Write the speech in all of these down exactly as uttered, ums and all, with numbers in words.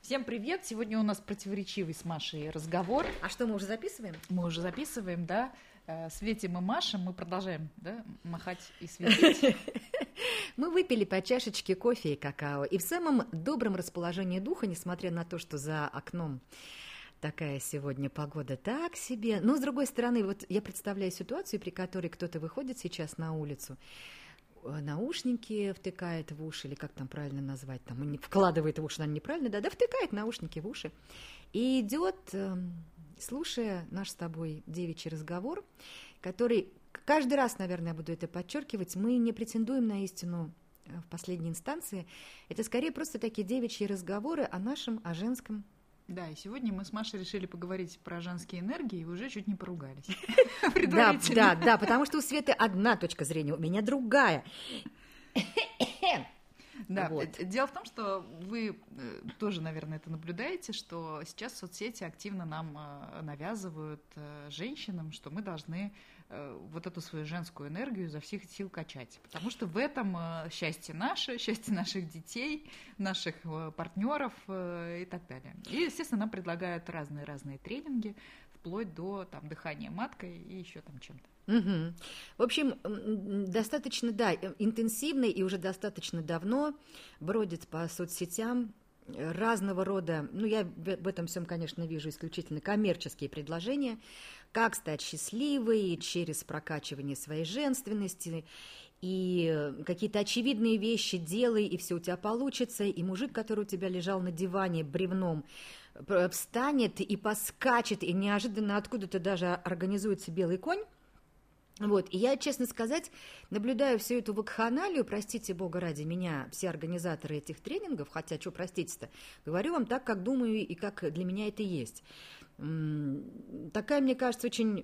Всем привет! Сегодня у нас противоречивый с Машей разговор. А что, мы уже записываем? Мы уже записываем, да. Светим и машем, мы продолжаем, да, махать и светить. Мы выпили по чашечке кофе и какао, и в самом добром расположении духа, несмотря на то, что за окном такая сегодня погода так себе. Но, с другой стороны, вот я представляю ситуацию, при которой кто-то выходит сейчас на улицу, наушники втыкает в уши, или как там правильно назвать, там вкладывает в уши, наверное, неправильно, да, да, втыкает наушники в уши, и идет, слушая наш с тобой девичий разговор, который, каждый раз, наверное, я буду это подчеркивать, мы не претендуем на истину в последней инстанции, это скорее просто такие девичьи разговоры о нашем, о женском. Да, и сегодня мы с Машей решили поговорить про женские энергии и уже чуть не поругались. Да, да, да, потому что у Светы одна точка зрения, у меня другая. Да, вот. Дело в том, что вы тоже, наверное, это наблюдаете, что сейчас соцсети активно нам навязывают, женщинам, что мы должны вот эту свою женскую энергию изо всех сил качать. Потому что в этом счастье наше, счастье наших детей, наших партнеров и так далее. И, естественно, нам предлагают разные-разные тренинги, вплоть до там, дыхания маткой и еще там чем-то. Угу. В общем, достаточно, да, интенсивно и уже достаточно давно бродит по соцсетям разного рода, ну, я в этом всем, конечно, вижу исключительно коммерческие предложения, как стать счастливой через прокачивание своей женственности, и какие-то очевидные вещи делай, и все у тебя получится, и мужик, который у тебя лежал на диване бревном, встанет и поскачет, и неожиданно откуда-то даже организуется белый конь. Вот, и я, честно сказать, наблюдаю всю эту вакханалию, простите бога ради меня, все организаторы этих тренингов, хотя, что простите-то, говорю вам так, как думаю и как для меня это есть. Такая, мне кажется, очень...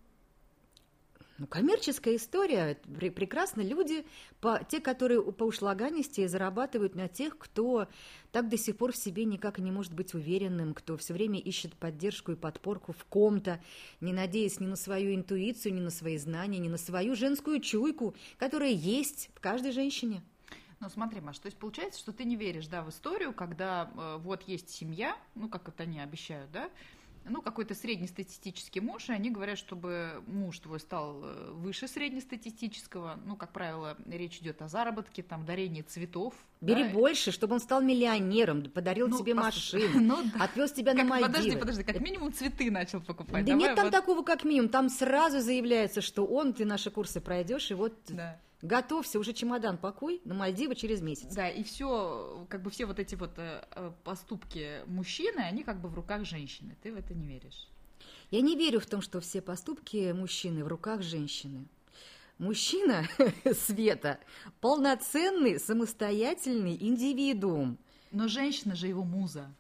Ну, коммерческая история, прекрасно люди, по, те, которые по ушлаганисти зарабатывают на тех, кто так до сих пор в себе никак не может быть уверенным, кто все время ищет поддержку и подпорку в ком-то, не надеясь ни на свою интуицию, ни на свои знания, ни на свою женскую чуйку, которая есть в каждой женщине. Ну, смотри, Маш, то есть получается, что ты не веришь, да, в историю, когда э, вот есть семья, ну, как это они обещают, да, ну, какой-то среднестатистический муж, и они говорят, чтобы муж твой стал выше среднестатистического, ну, как правило, речь идет о заработке, там, дарении цветов. Бери да? больше, чтобы он стал миллионером, подарил ну, тебе машину, ну, да. отвез тебя как, на Мальдивы. Подожди, подожди, как минимум цветы начал покупать. Да Давай нет там вот... такого как минимум, там сразу заявляется, что он, ты наши курсы пройдешь, и вот... Да. Готовься, уже чемодан пакуй на Мальдивы через месяц. Да, и все, как бы все вот эти вот поступки мужчины, они как бы в руках женщины. Ты в это не веришь? Я не верю в том, что все поступки мужчины в руках женщины. Мужчина, Света, полноценный, самостоятельный индивидуум. Но женщина же его муза.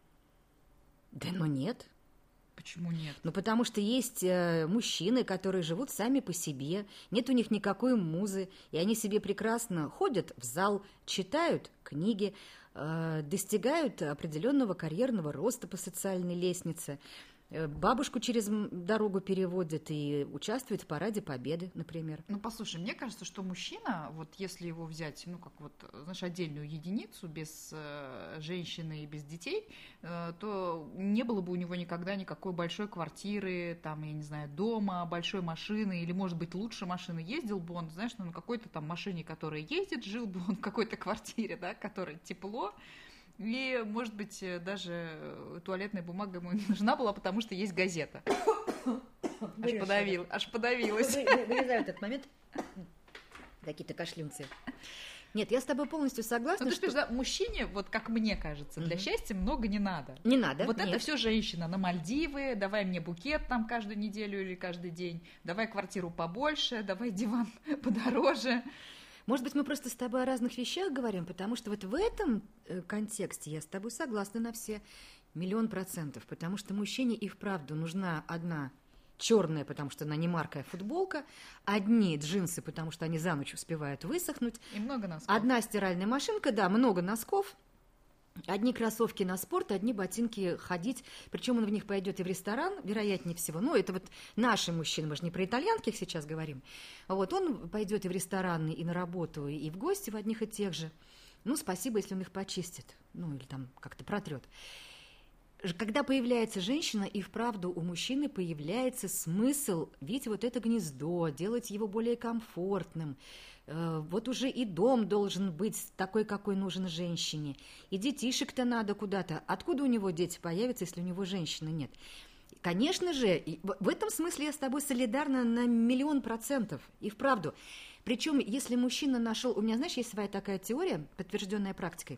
Да, но нет. Почему нет? Ну, потому что есть э, мужчины, которые живут сами по себе, нет у них никакой музы, и они себе прекрасно ходят в зал, читают книги, э, достигают определенного карьерного роста по социальной лестнице, э, бабушку через дорогу переводят и участвуют в параде Победы, например. Ну, послушай, мне кажется, что мужчина, вот если его взять, ну, как вот, знаешь, отдельную единицу, без э, женщины и без детей, э, то не было бы у него никогда никакой большой квартиры, там, я не знаю, дома, большой машины, или, может быть, лучше машины. Ездил бы он, знаешь, ну, на какой-то там машине, которая ездит, жил бы он в какой-то квартире, да, которой тепло. И, может быть, даже туалетная бумага ему не нужна была, потому что есть газета. Аж, подавил, аж подавилась. Вырезаю этот момент. Какие-то кашлюнцы. Нет, я с тобой полностью согласна. Ну, ты что... да, мужчине, вот как мне кажется, для mm-hmm. счастья много не надо. Не надо. Вот нет. Это все женщина на Мальдивы, давай мне букет там каждую неделю или каждый день, давай квартиру побольше, давай диван подороже. Может быть, мы просто с тобой о разных вещах говорим, потому что вот в этом контексте я с тобой согласна на все миллион процентов, потому что мужчине и вправду нужна одна черная, потому что она не маркая футболка, одни джинсы, потому что они за ночь успевают высохнуть. И много носков. Одна стиральная машинка, да, много носков. Одни кроссовки на спорт, одни ботинки ходить, причем он в них пойдет и в ресторан, вероятнее всего. Ну, это вот наши мужчины, мы же не про итальянских сейчас говорим. Вот он пойдет и в ресторан, и на работу, и в гости в одних и тех же. Ну, спасибо, если он их почистит, ну, или там как-то протрет. Когда появляется женщина, и вправду у мужчины появляется смысл видеть вот это гнездо, делать его более комфортным. Вот уже и дом должен быть такой, какой нужен женщине. И детишек-то надо куда-то. Откуда у него дети появятся, если у него женщины нет? Конечно же, в этом смысле я с тобой солидарна на миллион процентов. И вправду. Причем, если мужчина нашел... У меня, знаешь, есть своя такая теория, подтвержденная практикой.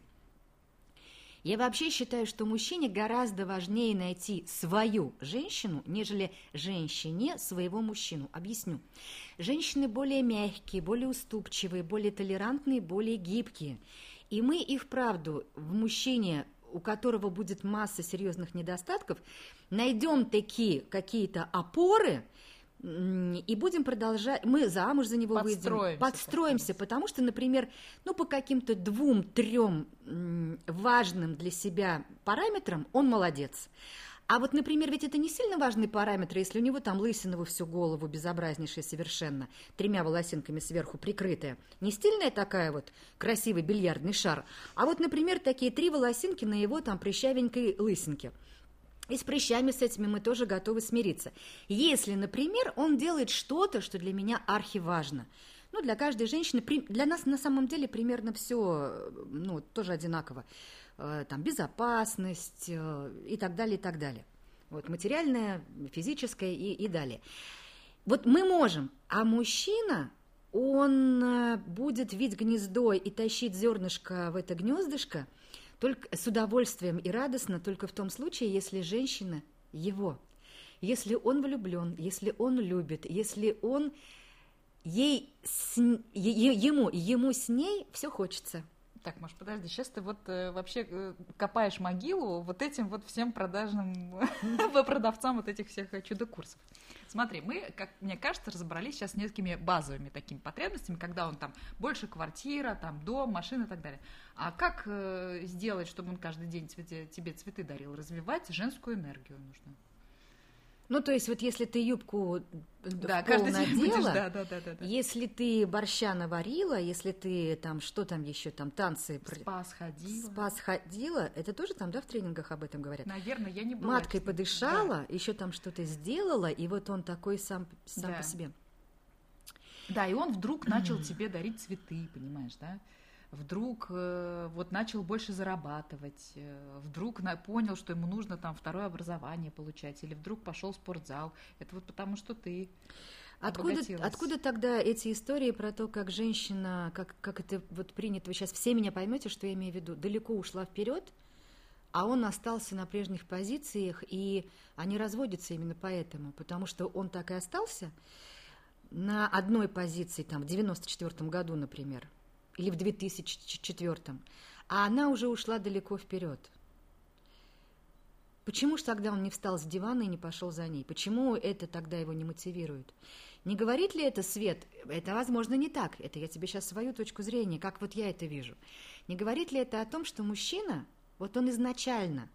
Я вообще считаю, что мужчине гораздо важнее найти свою женщину, нежели женщине своего мужчину. Объясню. Женщины более мягкие, более уступчивые, более толерантные, более гибкие. И мы и вправду в мужчине, у которого будет масса серьезных недостатков, найдем такие какие-то опоры, и будем продолжать, мы замуж за него подстроимся, выйдем, подстроимся, потому что, например, ну, по каким-то двум-трем важным для себя параметрам он молодец. А вот, например, ведь это не сильно важные параметры, если у него там лысина во всю голову, безобразнейшая совершенно, тремя волосинками сверху прикрытая. Не стильная такая вот красивый бильярдный шар, а вот, например, такие три волосинки на его там прыщавенькой лысинке. И с прыщами с этими мы тоже готовы смириться. Если, например, он делает что-то, что для меня архиважно. Ну, для каждой женщины, для нас на самом деле примерно все, ну, тоже одинаково. Там безопасность и так далее, и так далее. Вот, материальное, физическое и, и далее. Вот мы можем, а мужчина, он будет вить гнездо и тащить зернышко в это гнездышко, только с удовольствием и радостно только в том случае, если женщина его, если он влюблен, если он любит, если он ей, с, ему, ему с ней все хочется. Так, Маш, подожди, сейчас ты вот э, вообще э, копаешь могилу вот этим вот всем продажным продавцам вот этих всех чудо-курсов. Смотри, мы, как мне кажется, разобрались сейчас с несколькими базовыми такими потребностями, когда он там больше квартира, там дом, машина и так далее. А как э, сделать, чтобы он каждый день цвете, тебе цветы дарил? Развивать женскую энергию нужно. Ну, то есть вот если ты юбку да, в пол надела, да, да, да, да, да. если ты борща наварила, если ты там, что там еще, там танцы... Спа сходила. Спа сходила, это тоже там, да, в тренингах об этом говорят? Наверное, я не была. Маткой подышала, да. Еще там что-то сделала, и вот он такой сам, сам да. по себе. Да, и он вдруг начал тебе дарить цветы, понимаешь, да? Вдруг э, вот начал больше зарабатывать, э, вдруг на, понял, что ему нужно там второе образование получать, или вдруг пошел в спортзал. Это вот потому, что ты откуда, откуда тогда эти истории про то, как женщина, как, как это вот принято, вы сейчас все меня поймете, что я имею в виду, далеко ушла вперед, а он остался на прежних позициях, и они разводятся именно поэтому, потому что он так и остался на одной позиции, там, в девяносто четвёртом году, например, или в две тысячи четвёртом, а она уже ушла далеко вперед. Почему же тогда он не встал с дивана и не пошел за ней? Почему это тогда его не мотивирует? Не говорит ли это, Свет, это, возможно, не так, это я тебе сейчас свою точку зрения, как вот я это вижу. Не говорит ли это о том, что мужчина, вот он изначально,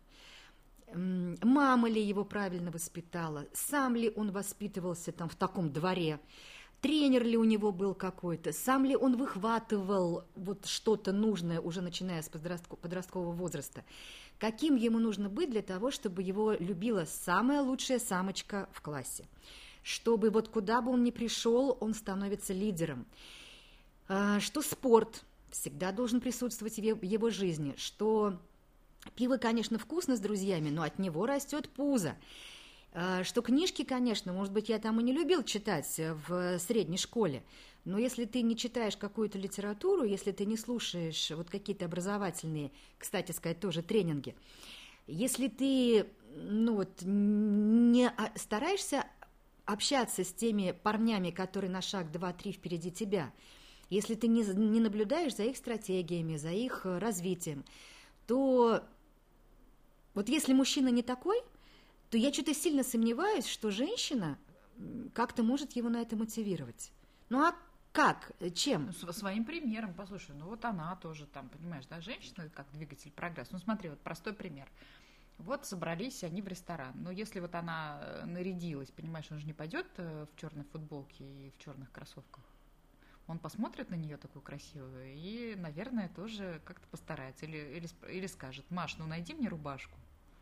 мама ли его правильно воспитала, сам ли он воспитывался там в таком дворе, тренер ли у него был какой-то, сам ли он выхватывал вот что-то нужное, уже начиная с подросткового возраста, каким ему нужно быть для того, чтобы его любила самая лучшая самочка в классе, чтобы вот куда бы он ни пришел, он становится лидером, что спорт всегда должен присутствовать в его жизни, что пиво, конечно, вкусно с друзьями, но от него растет пузо, что книжки, конечно, может быть, я там и не любил читать в средней школе, но если ты не читаешь какую-то литературу, если ты не слушаешь вот какие-то образовательные, кстати сказать, тоже тренинги, если ты, ну вот, не стараешься общаться с теми парнями, которые на шаг, два, три впереди тебя, если ты не, не наблюдаешь за их стратегиями, за их развитием, то вот если мужчина не такой, то я что-то сильно сомневаюсь, что женщина как-то может его на это мотивировать. Ну а как? Чем? Ну, своим примером, послушай, ну вот она тоже там, понимаешь, да, женщина как двигатель прогресса. Ну смотри, вот простой пример. Вот собрались они в ресторан. Но если вот она нарядилась, понимаешь, он же не пойдет в черной футболке и в черных кроссовках. он посмотрит на нее такую красивую и, наверное, тоже как-то постарается. Или, или, или скажет: Маш, ну найди мне рубашку.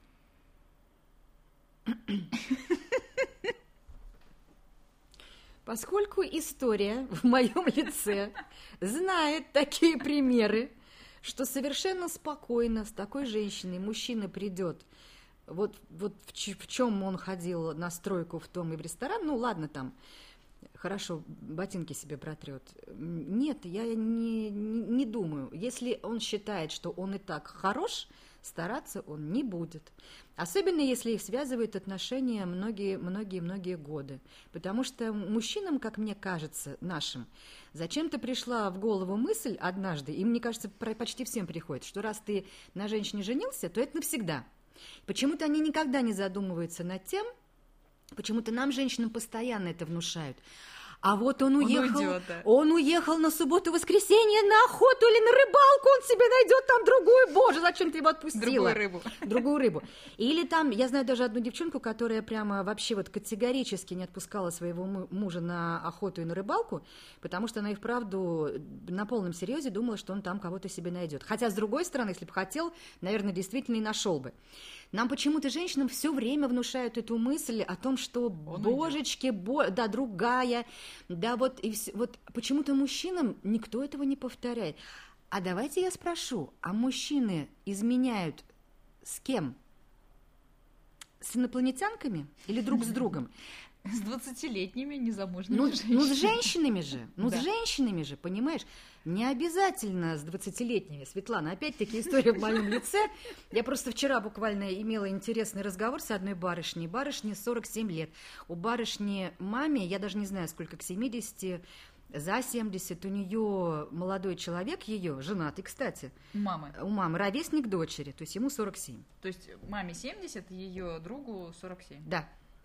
Поскольку история в моем лице знает такие примеры, что совершенно спокойно с такой женщиной мужчина придет, вот, вот в, ч- в чем он ходил на стройку, в том и в ресторан, ну ладно там, хорошо, ботинки себе протрет. Нет, я не, не, не думаю. Если он считает, что он и так хорош, стараться он не будет. Особенно, если их связывают отношения многие-многие-многие годы. Потому что мужчинам, как мне кажется, нашим, зачем-то пришла в голову мысль однажды, и мне кажется, почти всем приходит, что раз ты на женщине женился, то это навсегда. Почему-то они никогда не задумываются над тем, почему-то нам, женщинам, постоянно это внушают. А вот он уехал, он, уйдет, да. он уехал на субботу-воскресенье на охоту или на рыбалку, он себе найдет там другую, боже, зачем ты его отпустила? Другую рыбу. Другую рыбу. Или там, я знаю даже одну девчонку, которая прямо вообще вот категорически не отпускала своего мужа на охоту и на рыбалку, потому что она и вправду на полном серьезе думала, что он там кого-то себе найдет. Хотя, с другой стороны, если бы хотел, наверное, действительно и нашел бы. Нам почему-то, женщинам, все время внушают эту мысль о том, что, он божечки, бо... да, другая, да, вот, и все, вот почему-то мужчинам никто этого не повторяет. А давайте я спрошу, а мужчины изменяют с кем? С инопланетянками или друг с другом? С двадцатилетними незамужними ну, женщинами. Ну, с женщинами же, ну, да. с женщинами же, понимаешь? Не обязательно с двадцатилетними, Светлана. Опять-таки история в моем лице. Я просто вчера буквально имела интересный разговор с одной барышней. Барышне сорок семь лет. У барышни маме, я даже не знаю, сколько, к семидесяти, за семьдесят, у нее молодой человек, ее, женатый, кстати. У мамы. У мамы, ровесник дочери, то есть ему сорок семь. То есть маме семьдесят, ее другу сорок семь. Да.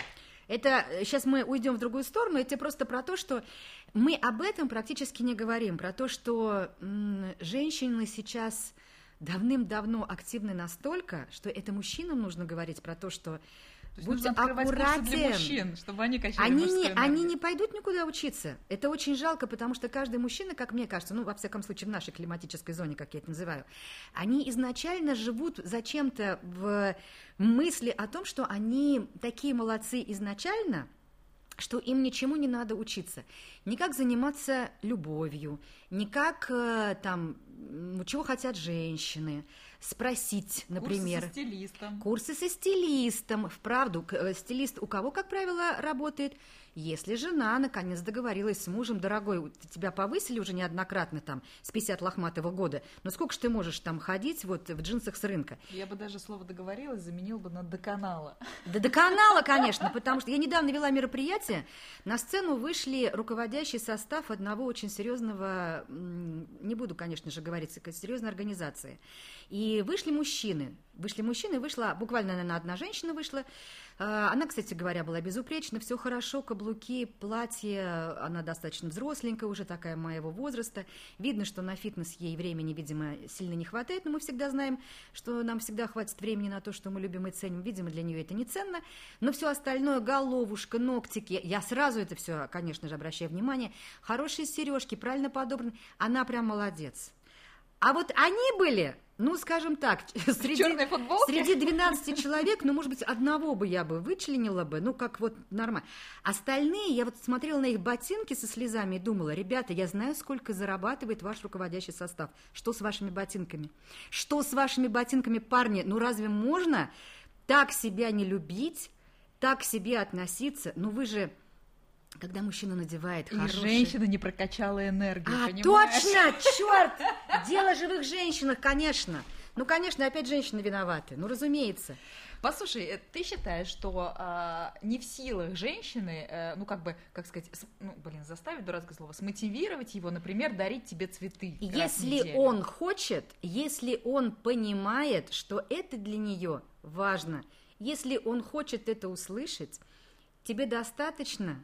Это, сейчас мы уйдем в другую сторону, это просто про то, что мы об этом практически не говорим, про то, что м, женщины сейчас давным-давно активны настолько, что это мужчинам нужно говорить про то, что То есть будьте нужно аккуратен. Для мужчин, чтобы они качали они не, энергию. они не пойдут никуда учиться. Это очень жалко, потому что каждый мужчина, как мне кажется, ну, во всяком случае, в нашей климатической зоне, как я это называю, они изначально живут зачем-то в мысли о том, что они такие молодцы изначально, что им ничему не надо учиться. Ни как заниматься любовью, ни как там, чего хотят женщины, спросить, например. Курсы со стилистом. Курсы со стилистом. Вправду, стилист у кого, как правило, работает? Если жена наконец договорилась с мужем: дорогой, тебя повысили уже неоднократно там с пятидесятого лохматого года, но сколько ж ты можешь там ходить вот в джинсах с рынка? Я бы даже слово «договорилась» заменил бы на «доконала». Да доконала, конечно, потому что я недавно вела мероприятие, на сцену вышли руководящий состав одного очень серьезного, не буду, конечно же, говорить, серьезной организации. И вышли мужчины. Вышли мужчины, вышла, буквально, наверное, одна женщина вышла. Она, кстати говоря, была безупречна, все хорошо, каблуки, платье, она достаточно взросленькая, уже такая моего возраста. Видно, что на фитнес ей времени, видимо, сильно не хватает, но мы всегда знаем, что нам всегда хватит времени на то, что мы любим и ценим. Видимо, для нее это не ценно. Но все остальное, головушка, ногтики, я сразу это все, конечно же, обращаю внимание. Хорошие сережки, правильно подобраны. Она прям молодец. А вот они были... Ну, скажем так, среди, среди двенадцати человек, ну, может быть, одного бы я бы вычленила бы, ну, как вот нормально. Остальные, я вот смотрела на их ботинки со слезами и думала: ребята, я знаю, сколько зарабатывает ваш руководящий состав. Что с вашими ботинками? Что с вашими ботинками, парни? Ну, разве можно так себя не любить, так к себе относиться? Ну, вы же... Когда мужчина надевает и хороший... женщина не прокачала энергию, а, понимаешь? точно, черт! Дело же в их женщинах, конечно. Ну, конечно, опять женщины виноваты, ну, разумеется. Послушай, ты считаешь, что э, не в силах женщины, э, ну, как бы, как сказать, с, ну, блин, заставить, дурацкое слово, смотивировать его, например, дарить тебе цветы? Если он хочет, если он понимает, что это для нее важно, если он хочет это услышать, тебе достаточно...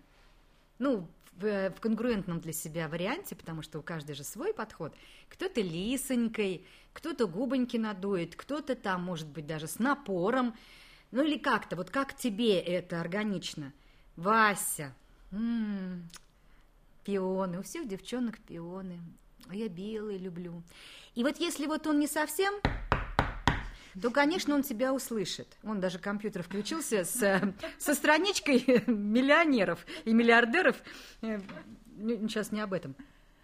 Ну, в, в конгруентном для себя варианте, потому что у каждой же свой подход. Кто-то лисонькой, кто-то губоньки надует, кто-то там, может быть, даже с напором. Ну, или как-то, вот как тебе это органично? Вася, м-м, Пионы, у всех девчонок пионы. Я белые люблю. И вот если вот он не совсем, то, конечно, он тебя услышит. Он даже компьютер включился с, со страничкой миллионеров и миллиардеров. Сейчас не об этом.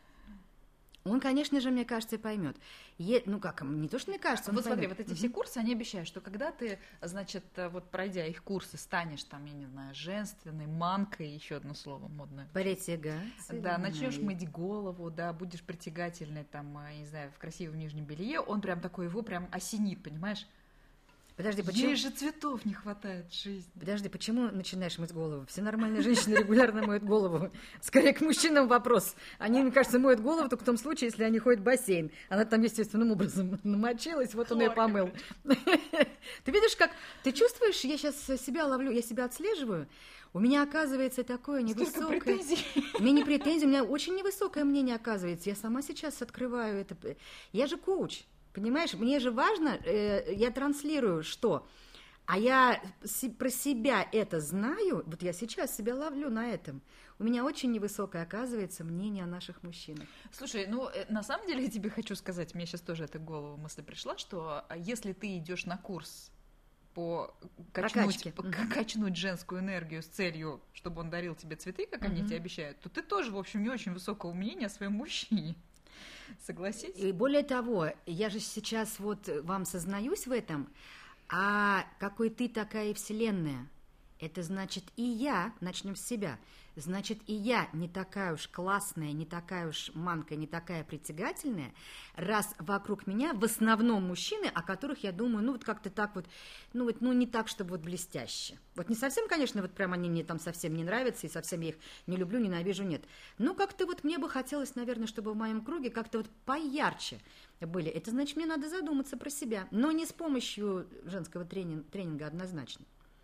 Он, конечно же, мне кажется, поймет. Е... Ну как, не то, что мне кажется, он Вот поймет. смотри, вот эти все курсы, они обещают, что когда ты, значит, вот пройдя их курсы, станешь там, я не знаю, женственной, манкой, еще одно слово модное. Притягательной. Да, начнешь мыть голову, да, будешь притягательной, там, я не знаю, в красивом нижнем белье, он прям такой, его прям осенит, понимаешь? Подожди, почему? Ей же цветов не хватает в жизни. Подожди, почему начинаешь мыть голову? Все нормальные женщины регулярно моют голову. Скорее к мужчинам вопрос. Они, мне кажется, моют голову только в том случае, если они ходят в бассейн. Она там естественным образом намочилась, вот он ее помыл. Ты видишь, как... Ты чувствуешь, я сейчас себя ловлю, я себя отслеживаю. У меня, оказывается, такое невысокое... претензий. У меня не претензии, у меня очень невысокое мнение, оказывается. Я сама сейчас открываю это. Я же коуч. Понимаешь, мне же важно, э, я транслирую что? А я си, про себя это знаю, вот я сейчас себя ловлю на этом. У меня очень невысокое, оказывается, мнение о наших мужчинах. Слушай, ну, на самом деле я тебе хочу сказать, мне сейчас тоже эта в голову мысль пришла, что если ты идешь на курс по качнуть, по, uh-huh. качнуть женскую энергию с целью, чтобы он дарил тебе цветы, как uh-huh. они тебе обещают, то ты тоже, в общем, не очень высокого мнения о своем мужчине. Согласись? И более того, я же сейчас вот вам сознаюсь в этом, а какой ты, такая и вселенная. Это значит и я, начнем с себя, значит и я не такая уж классная, не такая уж манка, не такая притягательная, раз вокруг меня в основном мужчины, о которых я думаю, ну вот как-то так вот, ну вот, ну не так, чтобы вот блестяще. Вот не совсем, конечно, вот прям они мне там совсем не нравятся, и совсем я их не люблю, ненавижу, нет. Но как-то вот мне бы хотелось, наверное, чтобы в моем круге как-то вот поярче были. Это значит, мне надо задуматься про себя, но не с помощью женского тренинга, тренинга однозначно.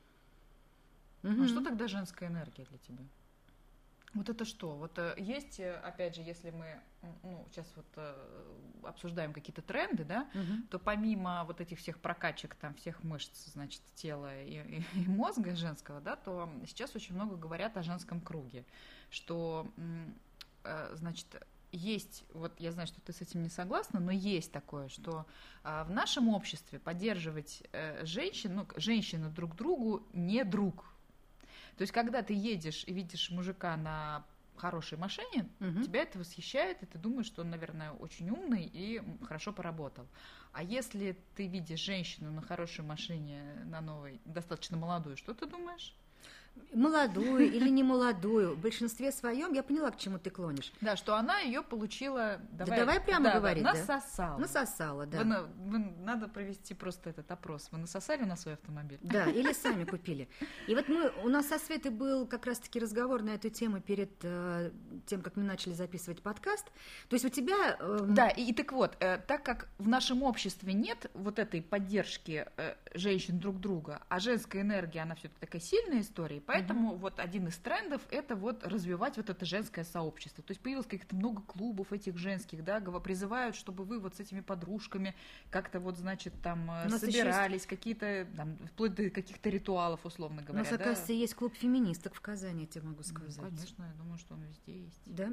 А что тогда женская энергия для тебя? Вот это что? Вот есть, опять же, если мы ну, сейчас вот обсуждаем какие-то тренды, да, угу. то помимо вот этих всех прокачек, там, всех мышц, значит, тела и, и, и мозга женского, да, то сейчас очень много говорят о женском круге, что, значит, есть, вот я знаю, что ты с этим не согласна, но есть такое, что в нашем обществе поддерживать женщин, ну, женщины друг другу не друг. То есть, когда ты едешь и видишь мужика на хорошей машине, угу. тебя это восхищает, и ты думаешь, что он, наверное, очень умный и хорошо поработал. А если ты видишь женщину на хорошей машине, на новой, достаточно молодую, что ты думаешь? Молодую или не молодую, в большинстве своем, я поняла, к чему ты клонишь. Да, что она ее получила, давай, да давай прямо да, говорить, да, да? насосала. Насосала, да. Вы, вы, надо провести просто этот опрос. Вы насосали на свой автомобиль? Да, или сами купили. И вот мы, у нас со Светой был как раз-таки разговор на эту тему перед э, тем, как мы начали записывать подкаст. То есть у тебя... Э, да, и, и так вот, э, так как в нашем обществе нет вот этой поддержки э, женщин друг друга, а женская энергия, она все-таки такая сильная история, поэтому угу. вот один из трендов – это вот развивать вот это женское сообщество. То есть появилось каких-то много клубов этих женских, да, призывают, чтобы вы вот с этими подружками как-то вот, значит, там собирались, есть... какие-то, там, вплоть до каких-то ритуалов, условно говоря. У нас, да? оказывается, есть клуб феминисток в Казани, я тебе могу сказать. Ну, конечно, я думаю, что он везде есть. Да?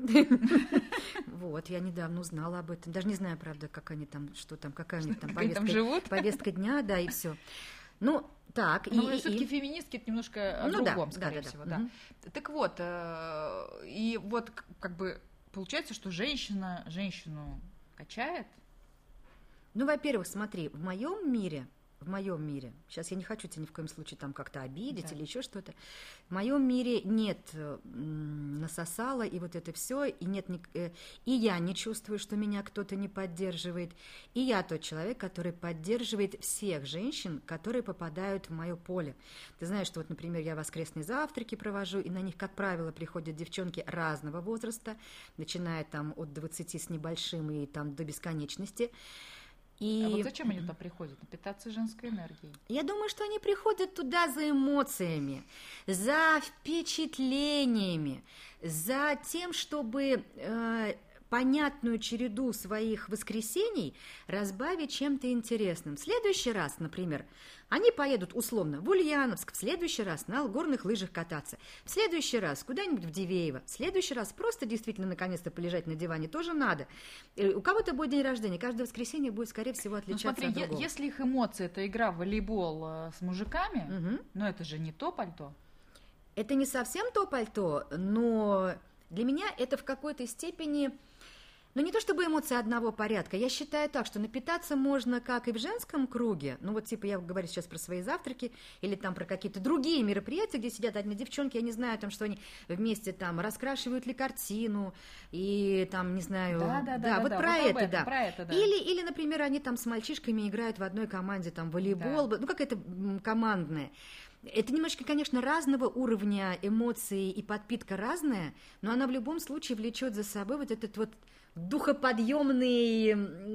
Вот, я недавно узнала об этом. Даже не знаю, правда, как они там, что там, какая у них там повестка дня, да, и все. Ну, так, ну, и... все-таки и... феминистки это немножко о ну, другом, да, скорее да, да, всего, да. да. Угу. Так вот, э, и вот как бы получается, что женщина женщину качает? Ну, во-первых, смотри, в моем мире, в моем мире, сейчас я не хочу тебя ни в коем случае там как-то обидеть да. или еще что-то, в моем мире нет насосала и вот это все, и нет, и я не чувствую, что меня кто-то не поддерживает, и я тот человек, который поддерживает всех женщин, которые попадают в мое поле. Ты знаешь, что вот, например, я воскресные завтраки провожу, и на них, как правило, приходят девчонки разного возраста, начиная там от двадцати с небольшим и там до бесконечности. И... А вот зачем они туда приходят? Напитаться женской энергией? Я думаю, что они приходят туда за эмоциями, за впечатлениями, за тем, чтобы э, понятную череду своих воскресений разбавить чем-то интересным. В следующий раз, например, они поедут условно в Ульяновск, в следующий раз на горных лыжах кататься, в следующий раз куда-нибудь в Дивеево, в следующий раз просто действительно наконец-то полежать на диване тоже надо. У кого-то будет день рождения, каждое воскресенье будет, скорее всего, отличаться ну, смотри, от другого. Если их эмоции – это игра в волейбол с мужиками, угу. но это же не то пальто. Это не совсем то пальто, но для меня это в какой-то степени... Ну, не то чтобы эмоции одного порядка. Я считаю так, что напитаться можно как и в женском круге. Ну, вот типа я говорю сейчас про свои завтраки или там про какие-то другие мероприятия, где сидят одни девчонки, я не знаю, там, что они вместе там раскрашивают ли картину и там, не знаю... Да, да, да, да, да, вот да, про, вот это, это, да. про это, да. Или, или, например, они там с мальчишками играют в одной команде, там, волейбол, да. ну, какая-то командная. Это немножко, конечно, разного уровня эмоций и подпитка разная, но она в любом случае влечет за собой вот этот вот духоподъемный,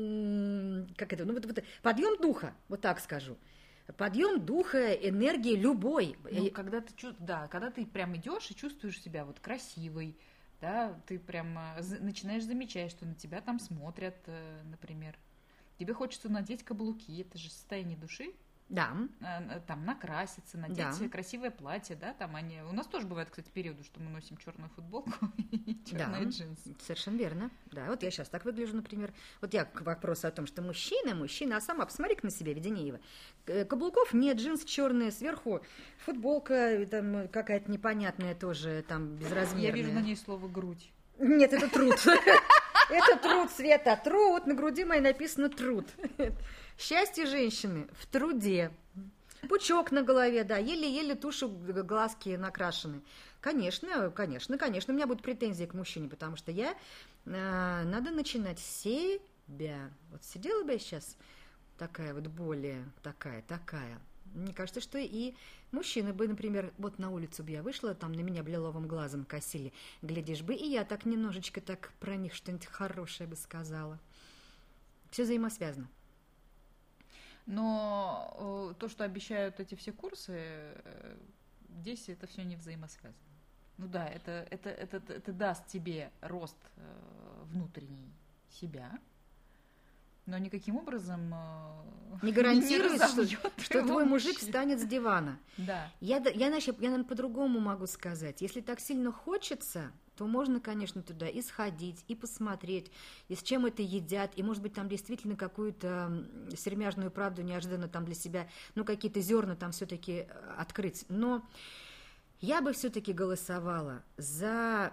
как это, ну вот, вот подъем духа, вот так скажу. Подъем духа, энергии любой. Ну, когда ты чувств... да, когда ты прям идешь и чувствуешь себя вот красивой, да, ты прям начинаешь замечать, что на тебя там смотрят, например. Тебе хочется надеть каблуки, это же состояние души. Да. Там накраситься, надеть да. красивое платье, да, там они... У нас тоже бывают, кстати, периоды, что мы носим черную футболку и черные да, джинсы. Совершенно верно. Да, вот я сейчас так выгляжу, например. Вот я к вопросу о том, что мужчина, мужчина, а сама посмотри-ка на себя, Веденеева. Каблуков нет, джинсы черные, сверху футболка там какая-то непонятная тоже, там безразмерная. Я вижу на ней слово «грудь». Нет, это труд. Это труд, Света, труд. На груди моей написано «труд». Счастье женщины в труде. Пучок на голове, да, еле-еле тушью глазки накрашены. Конечно, конечно, конечно, у меня будут претензии к мужчине, потому что я... Э, надо начинать с себя. Вот сидела бы я сейчас такая вот более такая, такая. Мне кажется, что и мужчины бы, например, вот на улицу бы я вышла, там на меня блеловым глазом косили. Глядишь бы, и я так немножечко так про них что-нибудь хорошее бы сказала. Все взаимосвязано. Но э, то, что обещают эти все курсы, э, здесь это все не взаимосвязано. Ну да, это, это, это, это, это даст тебе рост э, внутренний себя, но никаким образом э, не гарантирует, не что, что твой мужик встанет с дивана. Да. Я, я, знаешь, я, я, наверное, по-другому могу сказать. Если так сильно хочется, то можно, конечно, туда и сходить, и посмотреть, и с чем это едят, и, может быть, там действительно какую-то сермяжную правду неожиданно там для себя, ну, какие-то зерна там все-таки открыть. Но я бы все-таки голосовала за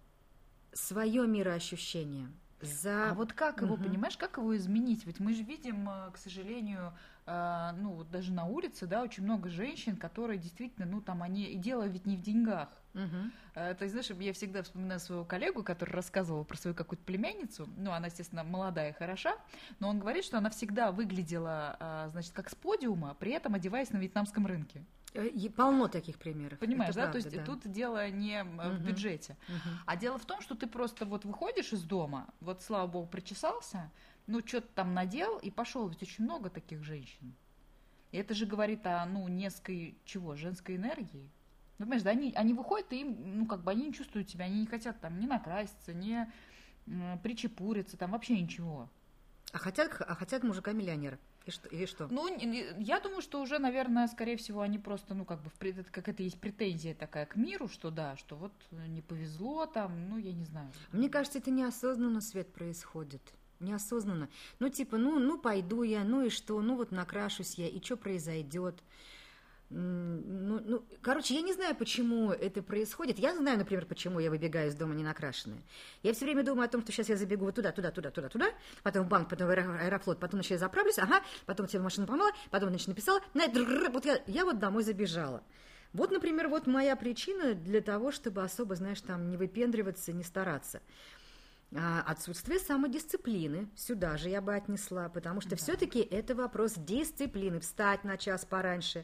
свое мироощущение. За... А вот как его, угу. понимаешь, как его изменить? Ведь мы же видим, к сожалению, ну, вот даже на улице, да, очень много женщин, которые действительно, ну, там, они, и дело ведь не в деньгах. Угу. То есть, знаешь, я всегда вспоминаю своего коллегу, который рассказывал про свою какую-то племянницу, ну, она, естественно, молодая и хороша, но он говорит, что она всегда выглядела, значит, как с подиума, при этом одеваясь на вьетнамском рынке. И полно таких примеров. Понимаешь, да? Правда, То есть да. Тут дело не uh-huh. в бюджете. Uh-huh. А дело в том, что ты просто вот выходишь из дома, вот, слава богу, причесался, ну, что-то там надел и пошел. Ведь очень много таких женщин. И это же говорит о, ну, несколько, чего, женской энергии. Ну, понимаешь, да, они, они выходят, и им, ну, как бы они не чувствуют себя, они не хотят там ни накраситься, ни м, причепуриться, там вообще ничего. А хотят, а хотят мужика-миллионера. И что, и что? Ну, я думаю, что уже, наверное, скорее всего, они просто, ну, как бы, как это есть претензия такая к миру, что да, что вот не повезло там, ну, я не знаю. Мне кажется, это неосознанно, Свет, происходит. Неосознанно. Ну, типа, ну, ну, пойду я, ну и что, ну, вот накрашусь я, и что произойдет? Ну, ну, короче, я не знаю, почему это происходит. Я знаю, например, почему я выбегаю из дома не накрашенная. Я все время думаю о том, что сейчас я забегу вот туда, туда, туда, туда, туда, потом в банк, потом в Аэрофлот, потом еще я заправлюсь, ага, потом тебе машину помыла, потом, значит, написала, вот я, я вот домой забежала. Вот, например, вот моя причина для того, чтобы особо, знаешь, там не выпендриваться, не стараться. А отсутствие самодисциплины сюда же я бы отнесла, потому что да. все-таки это вопрос дисциплины, встать на час пораньше,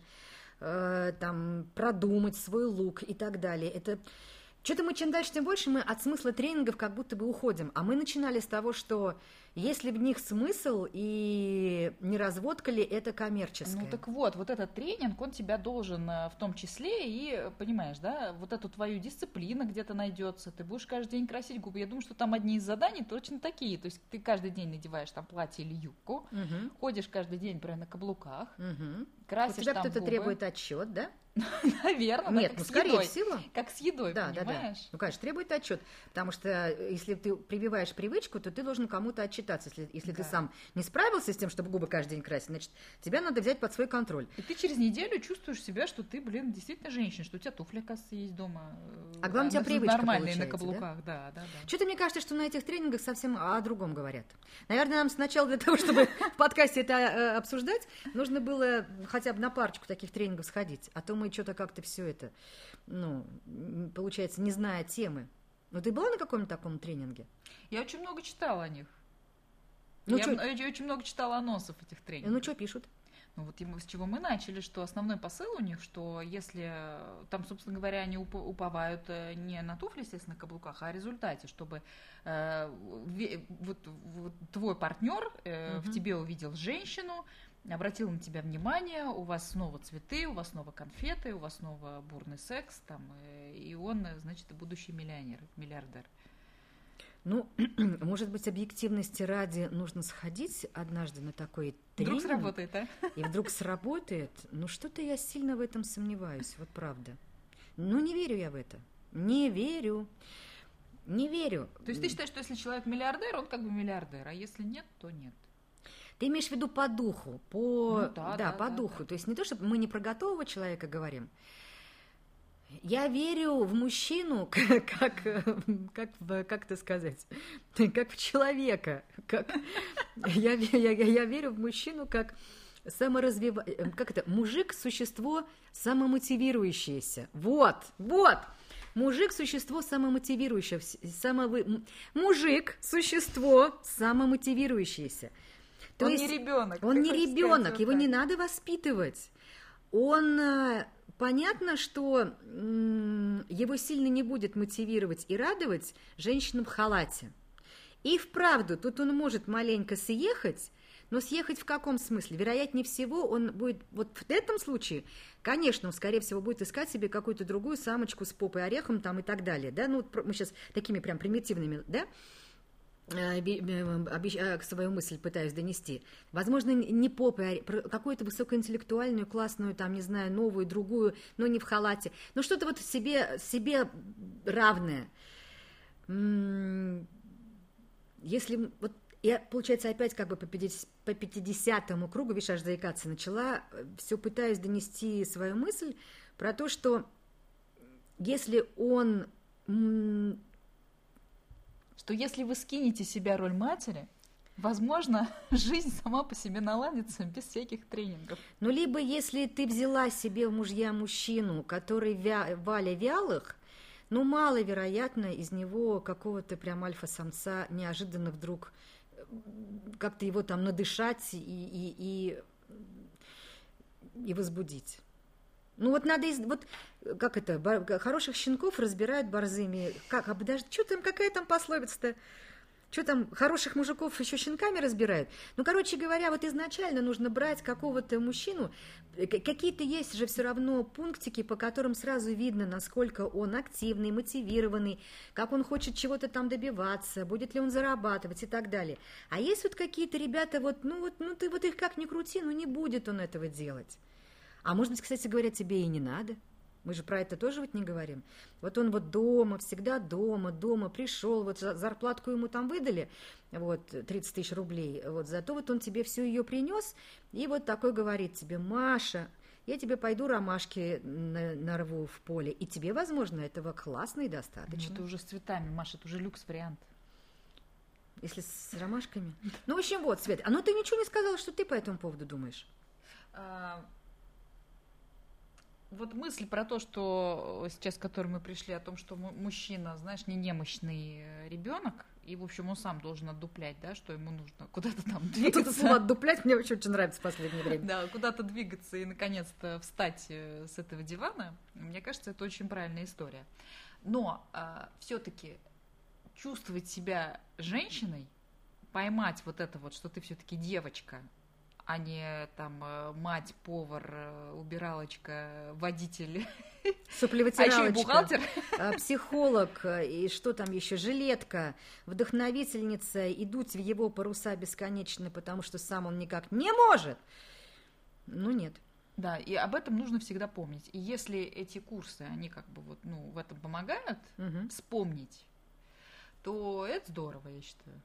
там, продумать свой лук и так далее. Это что-то мы чем дальше, тем больше мы от смысла тренингов как будто бы уходим. А мы начинали с того, что Есть ли в них смысл, и не разводка ли это коммерческое? Ну так вот, вот этот тренинг, он тебя должен в том числе и, понимаешь, да, вот эту твою дисциплину где-то найдется, ты будешь каждый день красить губы. Я думаю, что там одни из заданий точно такие. То есть ты каждый день надеваешь там платье или юбку, угу. ходишь каждый день прям на каблуках, угу. красишь У тебя там кто-то губы. требует отчет, да? Наверное, Нет, да, как ну, с скорее едой. всего. Как с едой, да, понимаешь? Да, да. Ну, конечно, требует отчет, потому что если ты прививаешь привычку, то ты должен кому-то отчитаться. Если, если да. ты сам не справился с тем, чтобы губы каждый день красить, значит, тебя надо взять под свой контроль. И ты через неделю чувствуешь себя, что ты, блин, действительно женщина, что у тебя туфли, оказывается, есть дома. А главное, у тебя привычка нормальные на каблуках, да, да, да. да. Что-то мне кажется, что на этих тренингах совсем о другом говорят. Наверное, нам сначала для того, чтобы в подкасте это обсуждать, нужно было хотя бы на парочку таких тренингов сходить, а то мы что-то как-то все это, ну, получается, не зная темы. Ну, ты была на каком-то таком тренинге? Я очень много читала о них. Ну, я, я очень много читала анонсов этих тренингов. Ну, что пишут? Ну, вот с чего мы начали, что основной посыл у них, что если, там, собственно говоря, они уповают не на туфли, естественно, на каблуках, а о результате, чтобы э, вот, вот твой партнер э, угу. в тебе увидел женщину, обратил на тебя внимание, у вас снова цветы, у вас снова конфеты, у вас снова бурный секс, там, и он, значит, будущий миллионер, миллиардер. Ну, может быть, объективности ради нужно сходить однажды на такой тренинг. Вдруг сработает, а? И вдруг сработает. Ну, что-то я сильно в этом сомневаюсь, вот правда. Ну, не верю я в это. Не верю. Не верю. То есть ты считаешь, что если человек миллиардер, он как бы миллиардер, а если нет, то нет? Ты имеешь в виду по духу, по, ну, да, да, да, по да, духу. Да. То есть не то, чтобы мы не про готового человека говорим. Я верю в мужчину, как, как, как, как это сказать, как в человека. Как, я, я, я верю в мужчину как саморазвива... как это, мужик – существо самомотивирующееся. Вот, вот. Мужик – существо самомотивирующее. Самовы... Мужик – существо самомотивирующееся. То он есть, не ребенок. Он не ребенок, его не надо воспитывать. Он... Понятно, что м- его сильно не будет мотивировать и радовать женщина в халате. И вправду, тут он может маленько съехать, но съехать в каком смысле? Вероятнее всего, он будет, вот в этом случае, конечно, он, скорее всего, будет искать себе какую-то другую самочку с попой, орехом там и так далее, да, ну, мы сейчас такими прям примитивными, да, свою мысль пытаюсь донести. Возможно, не попой, а какую-то высокоинтеллектуальную, классную, там, не знаю, новую, другую, но не в халате. Но что-то вот себе, себе равное. Если вот я, получается, опять как бы по пятидесятому кругу, видишь, аж заикаться начала, все пытаюсь донести свою мысль про то, что если он... что если вы скинете себя роль матери, возможно, жизнь сама по себе наладится без всяких тренингов. Ну, либо если ты взяла себе в мужья мужчину, который вя... Валя вялых, ну, маловероятно из него какого-то прям альфа-самца неожиданно вдруг как-то его там надышать и, и, и, и возбудить. Ну вот надо, из, вот как это, бар, хороших щенков разбирают борзыми. Как, а подожди, что там, какая там пословица-то? Что там, хороших мужиков еще щенками разбирают? Ну, короче говоря, вот изначально нужно брать какого-то мужчину, какие-то есть же все равно пунктики, по которым сразу видно, насколько он активный, мотивированный, как он хочет чего-то там добиваться, будет ли он зарабатывать и так далее. А есть вот какие-то ребята, вот, ну вот, ну ты вот их как ни крути, ну не будет он этого делать. А может быть, кстати говоря, тебе и не надо. Мы же про это тоже вот не говорим. Вот он вот дома, всегда дома, дома пришел, вот зарплатку ему там выдали, вот, тридцать тысяч рублей, вот, зато вот он тебе всю ее принес, и вот такой говорит тебе: Маша, я тебе пойду ромашки нарву в поле, и тебе, возможно, этого классно и достаточно. Ну, это уже с цветами, Маша, это уже люкс-вариант. Если с ромашками? Ну, в общем, вот, Свет, а ну ты ничего не сказала, что ты по этому поводу думаешь? Вот мысль про то, что сейчас, к которой мы пришли, о том, что мужчина, знаешь, не немощный ребенок, и, в общем, он сам должен отдуплять, да, что ему нужно куда-то там двигаться. Вот это слово «отдуплять» мне очень нравится в последнее время. Да, куда-то двигаться и, наконец-то, встать с этого дивана. Мне кажется, это очень правильная история. Но а, все-таки чувствовать себя женщиной поймать вот это вот, что ты все-таки девочка, а не там мать, повар, убиралочка, водитель, суплевытиралочка, а еще и бухгалтер, психолог, и что там еще, жилетка, вдохновительница, и дуть в его паруса бесконечно, потому что сам он никак не может. Ну, нет. Да, и об этом нужно всегда помнить. И если эти курсы, они как бы вот, ну, в этом помогают угу. вспомнить, то это здорово, я считаю.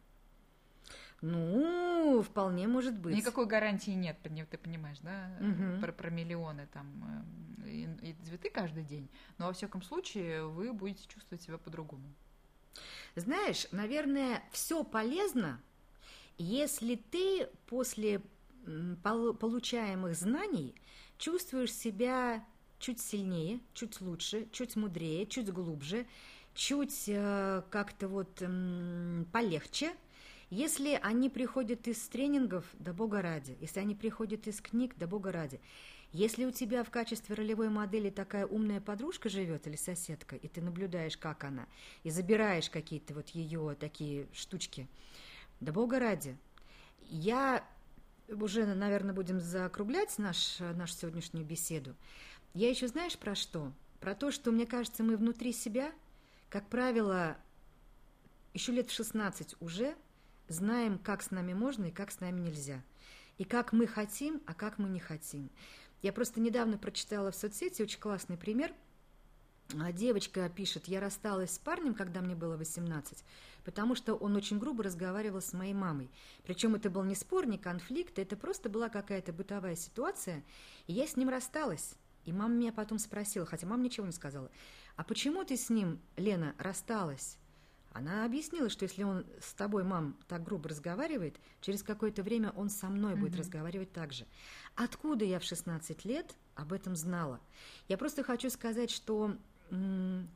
Ну, вполне может быть. Никакой гарантии нет, ты понимаешь, да, угу. про, про миллионы там и, и цветы каждый день. Но во всяком случае вы будете чувствовать себя по-другому. Знаешь, наверное, все полезно, если ты после получаемых знаний чувствуешь себя чуть сильнее, чуть лучше, чуть мудрее, чуть глубже, чуть э, как-то вот э, полегче. Если они приходят из тренингов, да бога ради. Если они приходят из книг, да бога ради. Если у тебя в качестве ролевой модели такая умная подружка живет или соседка, и ты наблюдаешь, как она, и забираешь какие-то вот ее такие штучки, да бога ради. Я уже, наверное, будем закруглять наш, нашу сегодняшнюю беседу. Я еще знаешь про что? Про то, что, мне кажется, мы внутри себя, как правило, еще лет в шестнадцать уже знаем, как с нами можно и как с нами нельзя. И как мы хотим, а как мы не хотим. Я просто недавно прочитала в соцсети очень классный пример. Девочка пишет: я рассталась с парнем, когда мне было восемнадцать, потому что он очень грубо разговаривал с моей мамой. Причем это был не спор, не конфликт, это просто была какая-то бытовая ситуация, и я с ним рассталась. И мама меня потом спросила, хотя мама ничего не сказала: а почему ты с ним, Лена, рассталась? Она объяснила, что если он с тобой, мам, так грубо разговаривает, через какое-то время он со мной mm-hmm. будет разговаривать так же. Откуда я в шестнадцать лет об этом знала? Я просто хочу сказать, что... М-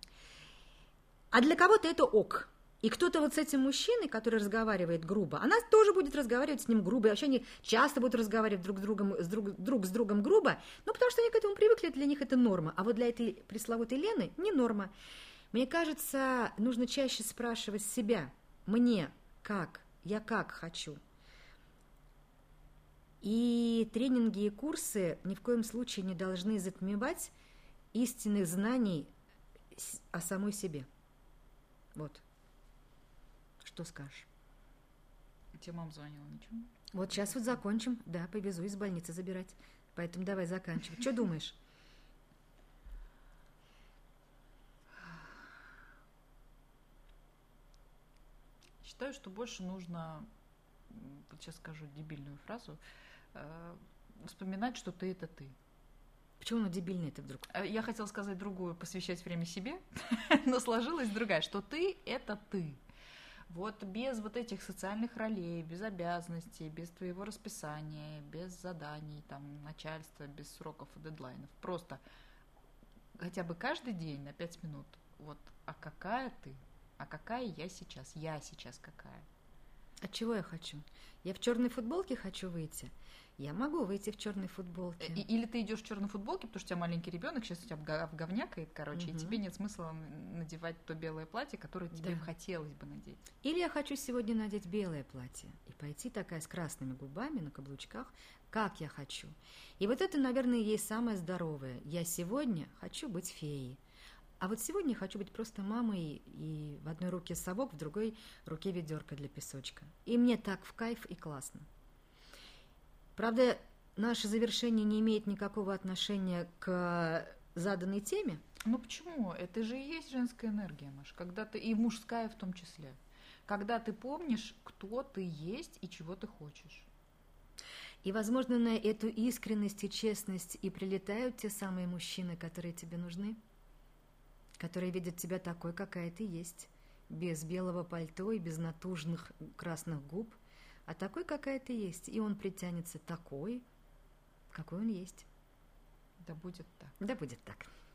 а для кого-то это ок. И кто-то вот с этим мужчиной, который разговаривает грубо, она тоже будет разговаривать с ним грубо. И вообще они часто будут разговаривать друг с другом, с друг, друг с другом грубо, ну, потому что они к этому привыкли, для них это норма. А вот для этой пресловутой Лены не норма. Мне кажется, нужно чаще спрашивать себя: мне как, я как хочу. И тренинги и курсы ни в коем случае не должны затмевать истинных знаний о самой себе. Вот. Что скажешь? Тебе мама звонила, ничего? Вот сейчас вот закончим. Да, повезу из больницы забирать. Поэтому давай заканчивай. Что думаешь? Считаю, что больше нужно, сейчас скажу дебильную фразу, э, вспоминать, что ты – это ты. Почему она дебильная это вдруг? Я хотела сказать другую, посвящать время себе, но сложилась другая, что ты – это ты. Вот без вот этих социальных ролей, без обязанностей, без твоего расписания, без заданий, там, начальства, без сроков и дедлайнов. Просто хотя бы каждый день на пять минут. Вот, а какая ты? А какая я сейчас? Я сейчас какая? А чего я хочу? Я в черной футболке хочу выйти. Я могу выйти в черной футболке. Или ты идешь в черной футболке, потому что у тебя маленький ребенок, сейчас у тебя обговнякает, короче, угу. и тебе нет смысла надевать то белое платье, которое тебе да. хотелось бы надеть. Или я хочу сегодня надеть белое платье и пойти такая с красными губами на каблучках, как я хочу. И вот это, наверное, и есть самое здоровое. Я сегодня хочу быть феей. А вот сегодня хочу быть просто мамой, и в одной руке совок, в другой руке ведерко для песочка. И мне так в кайф и классно. Правда, наше завершение не имеет никакого отношения к заданной теме. Ну почему? Это же и есть женская энергия, Маш, когда ты, и мужская в том числе. Когда ты помнишь, кто ты есть и чего ты хочешь. И, возможно, на эту искренность и честность и прилетают те самые мужчины, которые тебе нужны. Которые видят тебя такой, какая ты есть, без белого пальто и без натужных красных губ, а такой, какая ты есть, и он притянется такой, какой он есть. Да будет так. Да будет так.